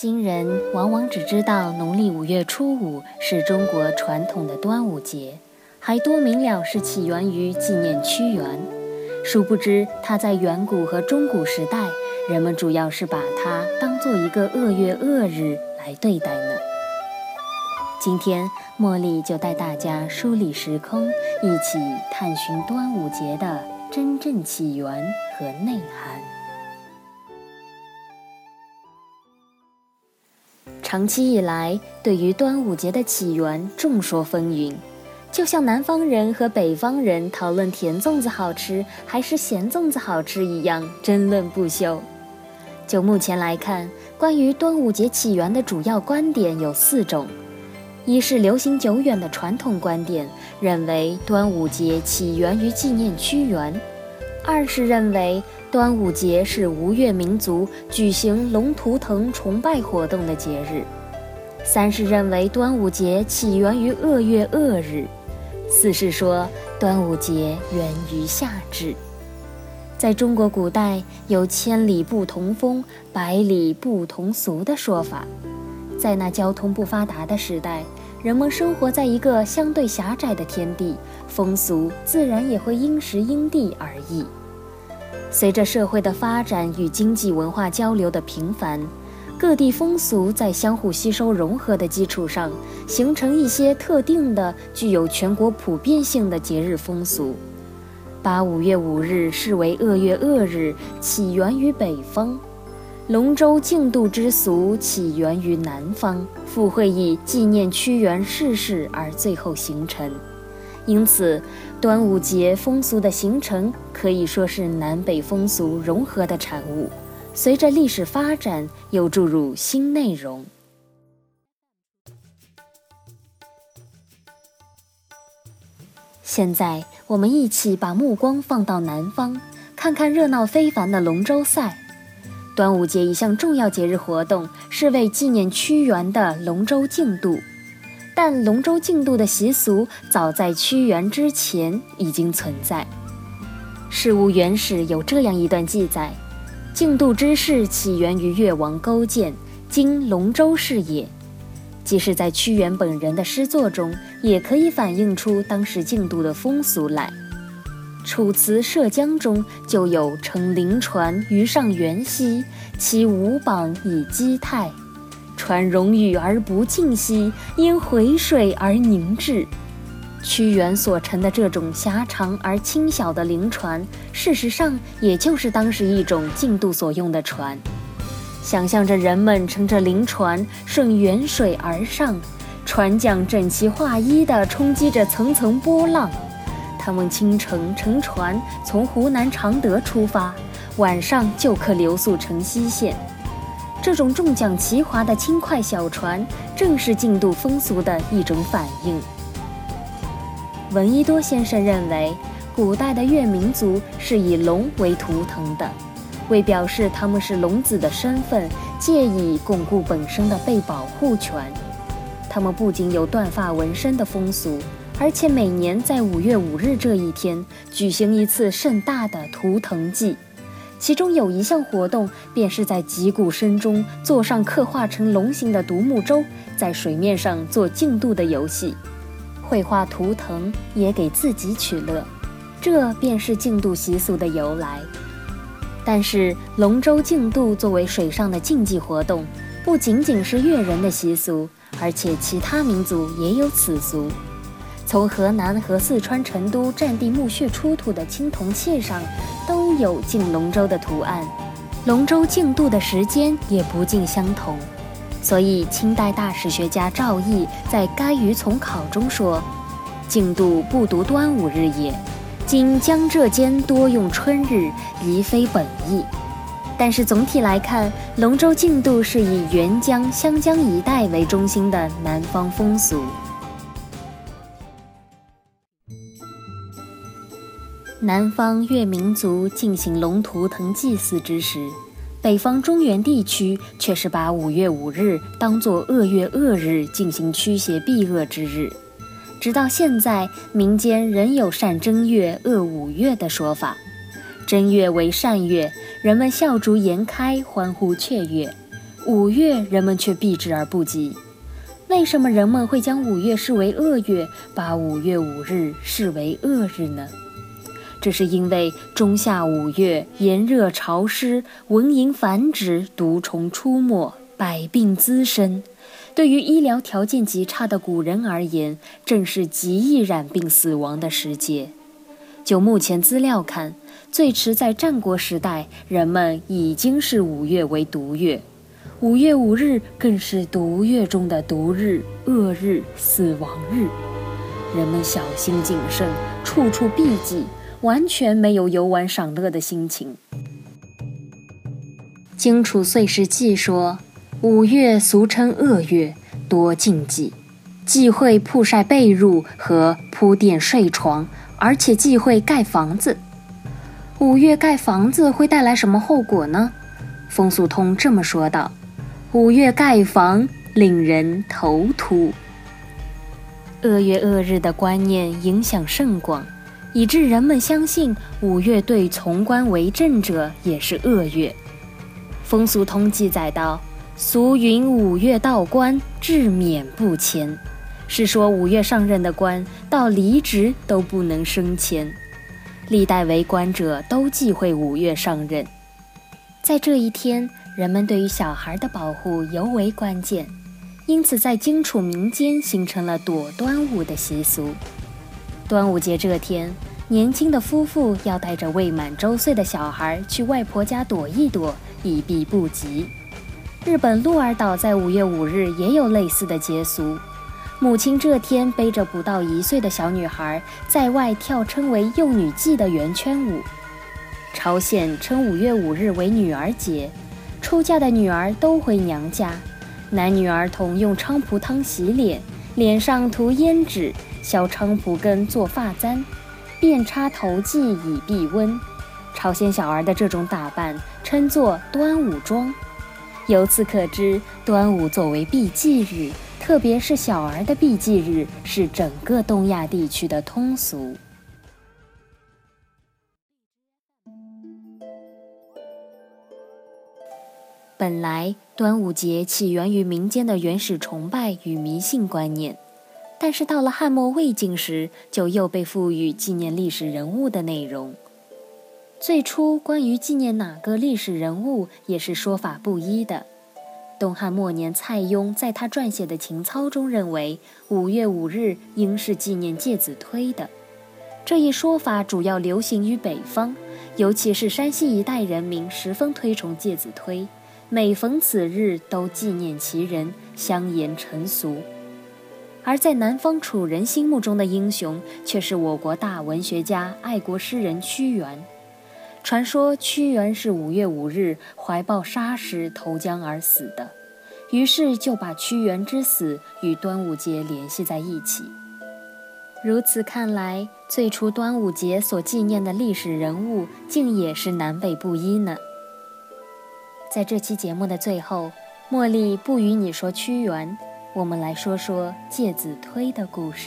今人往往只知道农历5月初5是中国传统的端午节，还多明了是起源于纪念屈原。殊不知它在远古和中古时代，人们主要是把它当作一个2月2日来对待呢。今天茉莉就带大家梳理时空，一起探寻端午节的真正起源和内涵。长期以来，对于端午节的起源众说纷纭，就像南方人和北方人讨论甜粽子好吃还是咸粽子好吃一样，争论不休。就目前来看，关于端午节起源的主要观点有4种。一是流行久远的传统观点，认为端午节起源于纪念屈原；二是认为端午节是吴越民族举行龙图腾崇拜活动的节日；三是认为端午节起源于2月2日；四是说端午节源于夏至。在中国古代有千里不同风，百里不同俗的说法。在那交通不发达的时代，人们生活在一个相对狭窄的天地，风俗自然也会因时因地而异。随着社会的发展与经济文化交流的频繁，各地风俗在相互吸收融合的基础上，形成一些特定的具有全国普遍性的节日风俗。把5月5日视为2月2日，起源于北方；龙舟竞渡之俗起源于南方，附会以纪念屈原逝世而最后形成。因此，端午节风俗的形成可以说是南北风俗融合的产物，随着历史发展又注入新内容。现在我们一起把目光放到南方，看看热闹非凡的龙舟赛。端午节一项重要节日活动是为纪念屈原的龙舟竞渡，但龙舟竞渡的习俗早在屈原之前已经存在。《事物原始》有这样一段记载：竞渡之事起源于越王勾践，今龙舟是也。即使在屈原本人的诗作中，也可以反映出当时竞渡的风俗来。《楚辞·涉江》中就有乘临船于上元兮，其五榜以击泰。船荣誉而不尽兮，因回水而凝滞。屈原所乘的这种狭长而轻小的灵船，事实上也就是当时一种竞渡所用的船。想象着人们乘着灵船顺远水而上，船桨整齐划一地冲击着层层波浪。他们清晨乘船从湖南常德出发，晚上就可留宿成西县。这种重桨齐划的轻快小船，正是竞渡风俗的一种反应。闻一多先生认为，古代的越民族是以龙为图腾的，为表示他们是龙子的身份，借以巩固本身的被保护权。他们不仅有断发纹身的风俗，而且每年在5月5日这一天举行一次盛大的图腾祭，其中有一项活动便是在击鼓声中坐上刻画成龙形的独木舟，在水面上做竞渡的游戏。绘画图腾也给自己取乐，这便是竞渡习俗的由来。但是龙舟竞渡作为水上的竞技活动，不仅仅是越人的习俗，而且其他民族也有此俗。从河南和四川成都战地墓穴出土的青铜器上都有竞龙舟的图案，龙舟竞渡的时间也不尽相同。所以清代大史学家赵翼在《该于从考》中说：竞渡不独端午日也，今江浙间多用春日，宜非本意。但是总体来看，龙舟竞渡是以沅江、湘江一带为中心的南方风俗。南方越民族进行龙图腾祭祀之时，北方中原地区却是把5月5日当作2月2日进行驱邪避恶之日。直到现在，民间仍有善正月、恶5月的说法。正月为善月，人们笑逐颜开，欢呼雀跃； 5月人们却避之而不及。为什么人们会将5月视为恶月，把5月5日视为恶日呢？这是因为仲夏5月炎热潮湿，蚊蝇繁殖，毒虫出没，百病滋生。对于医疗条件极差的古人而言，正是极易染病死亡的时节。就目前资料看，最迟在战国时代，人们已经视5月为毒月，5月5日更是毒月中的毒日、恶日、死亡日。人们小心谨慎，处处避忌，完全没有游玩赏乐的心情。《荆楚岁时记》说，5月俗称恶月，多禁忌，忌讳曝晒被褥和铺垫睡床，而且忌讳盖房子。5月盖房子会带来什么后果呢？风俗通这么说道：5月盖房，令人头秃。恶月恶日的观念影响甚广，以致人们相信5月对从官为政者也是恶月。风俗通记载道，俗云5月到官，至免不迁，是说5月上任的官到离职都不能升迁。历代为官者都忌讳5月上任。在这一天，人们对于小孩的保护尤为关键，因此在荆楚民间形成了躲端午的习俗。端午节这天，年轻的夫妇要带着未满周岁的小孩去外婆家躲一躲，以避不及。日本鹿儿岛在5月5日也有类似的节俗，母亲这天背着不到1岁的小女孩，在外跳称为幼女祭的圆圈舞。朝鲜称5月5日为女儿节，出嫁的女儿都回娘家，男女儿童用菖蒲汤洗脸，脸上涂胭脂，削菖蒲根做发簪，遍插头髻以避温。朝鲜小儿的这种打扮称作端午妆。由此可知，端午作为避忌日，特别是小儿的避忌日，是整个东亚地区的通俗。本来端午节起源于民间的原始崇拜与迷信观念，但是到了汉末魏晋时，就又被赋予纪念历史人物的内容。最初关于纪念哪个历史人物也是说法不一的。东汉末年蔡邕在他撰写的情操中认为5月5日应是纪念介子推的。这一说法主要流行于北方，尤其是山西一带人民十分推崇介子推，每逢此日都纪念其人，相沿陈俗。而在南方楚人心目中的英雄却是我国大文学家、爱国诗人屈原。传说屈原是5月5日怀抱沙石投江而死的，于是就把屈原之死与端午节联系在一起。如此看来，最初端午节所纪念的历史人物竟也是南北不一呢。在这期节目的最后，茉莉不与你说屈原，我们来说说介子推的故事。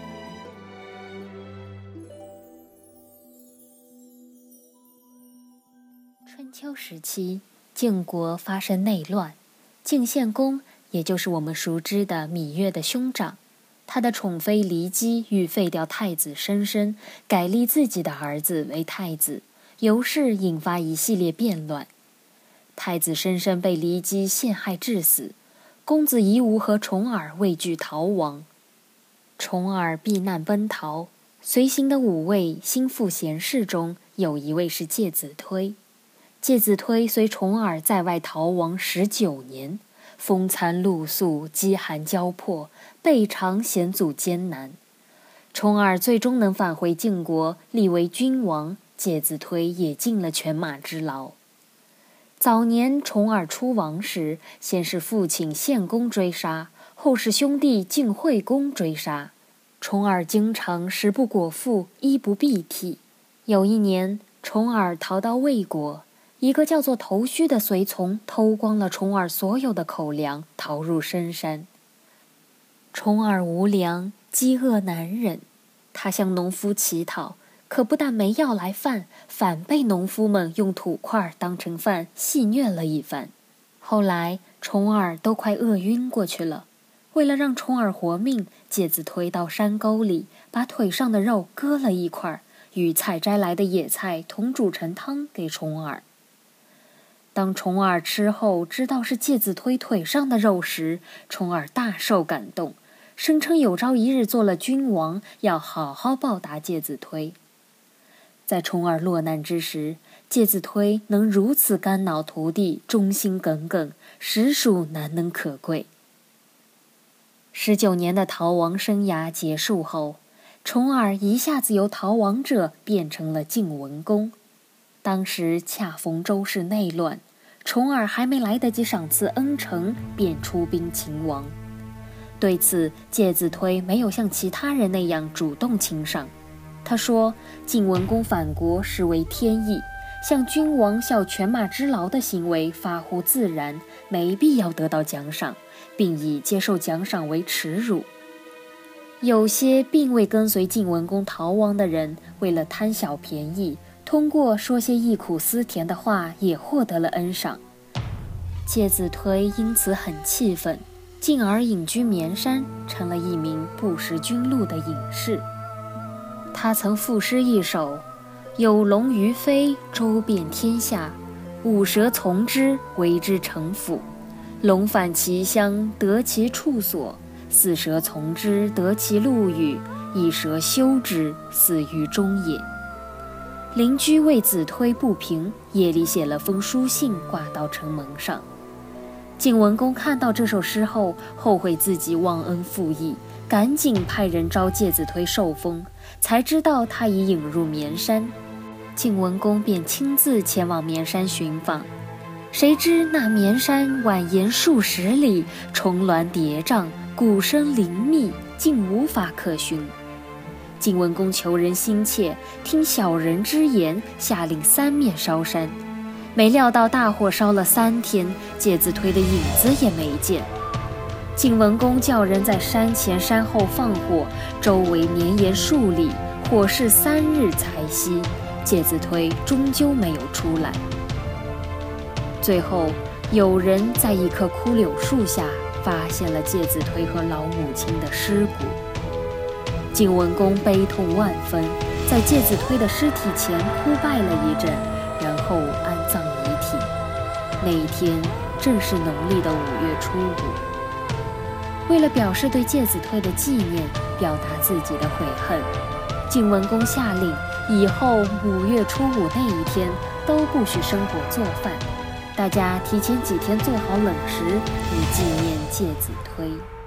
春秋时期，晋国发生内乱，晋献公，也就是我们熟知的芈月的兄长，他的宠妃骊姬欲废掉太子申生，改立自己的儿子为太子，由是引发一系列变乱。太子申生被骊姬陷害致死，公子夷吾和重耳畏惧逃亡。重耳避难奔逃，随行的5位心腹贤士中有一位是介子推。介子推随重耳在外逃亡19年，风餐露宿，饥寒交迫，备尝险阻艰难。重耳最终能返回晋国，立为君王，介子推也尽了犬马之劳。早年重耳出亡时，先是父亲献公追杀，后是兄弟晋惠公追杀。重耳经常食不果腹，衣不蔽体。有一年，重耳逃到魏国，一个叫做头须的随从偷光了重耳所有的口粮，逃入深山。重耳无粮，饥饿难忍，他向农夫乞讨，可不但没要来饭，反被农夫们用土块当成饭戏谑了一番。后来重耳都快饿晕过去了。为了让重耳活命，介子推到山沟里，把腿上的肉割了一块，与采摘来的野菜同煮成汤给重耳。当重耳吃后知道是介子推腿上的肉时，重耳大受感动，声称有朝一日做了君王，要好好报答介子推。在重耳落难之时，介子推能如此肝脑涂地，忠心耿耿，实属难能可贵。19年的逃亡生涯结束后，重耳一下子由逃亡者变成了晋文公。当时恰逢周室内乱，重耳还没来得及赏赐恩诚，便出兵秦王。对此，介子推没有像其他人那样主动请赏。他说，晋文公反国实为天意，向君王效犬马之劳的行为发乎自然，没必要得到奖赏，并以接受奖赏为耻辱。有些并未跟随晋文公逃亡的人，为了贪小便宜，通过说些忆苦思甜的话，也获得了恩赏。介子推因此很气愤，进而隐居绵山，成了一名不识君禄的隐士。他曾赋诗一首：有龙于飞，周遍天下；五蛇从之，为之城府。龙返其乡，得其处所；四蛇从之，得其路宇；一蛇休之，死于中也。邻居为子推不平，夜里写了封书信挂到城门上。晋文公看到这首诗后，后悔自己忘恩负义，赶紧派人召介子推受封，才知道他已隐入绵山。晋文公便亲自前往绵山寻访，谁知那绵山蜿蜒数十里，重峦叠嶂，谷声林密，竟无法可寻。晋文公求人心切，听小人之言，下令三面烧山。没料到大火烧了3天，介子推的影子也没见。晋文公叫人在山前山后放火，周围绵延数里，火势3日才熄，介子推终究没有出来。最后，有人在一棵枯柳树下发现了介子推和老母亲的尸骨。晋文公悲痛万分，在介子推的尸体前哭拜了一阵，然后安葬遗体。那一天正是农历的5月初5。为了表示对介子推的纪念，表达自己的悔恨，晋文公下令，以后5月初5那一天都不许生火做饭，大家提前几天做好冷食，以纪念介子推。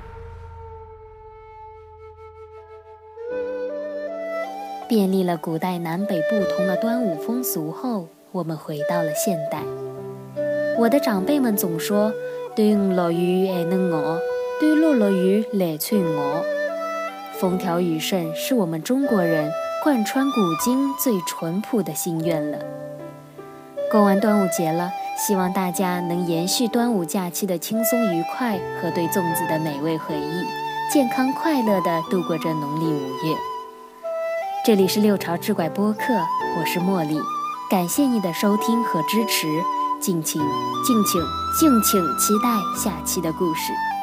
便利了古代南北不同的端午风俗后，我们回到了现代。我的长辈们总说，端午落雨还能餓，端午落雨來串鵝。風調雨順是我們中國人貫穿古今最淳樸的心願了。過完端午節了，希望大家能延續端午假期的輕鬆愉快和對粽子的美味回憶，健康快樂地度過這農曆5月。這裡是六朝志怪播客，我是茉莉，感謝你的收聽和支持，敬請期待下期的故事。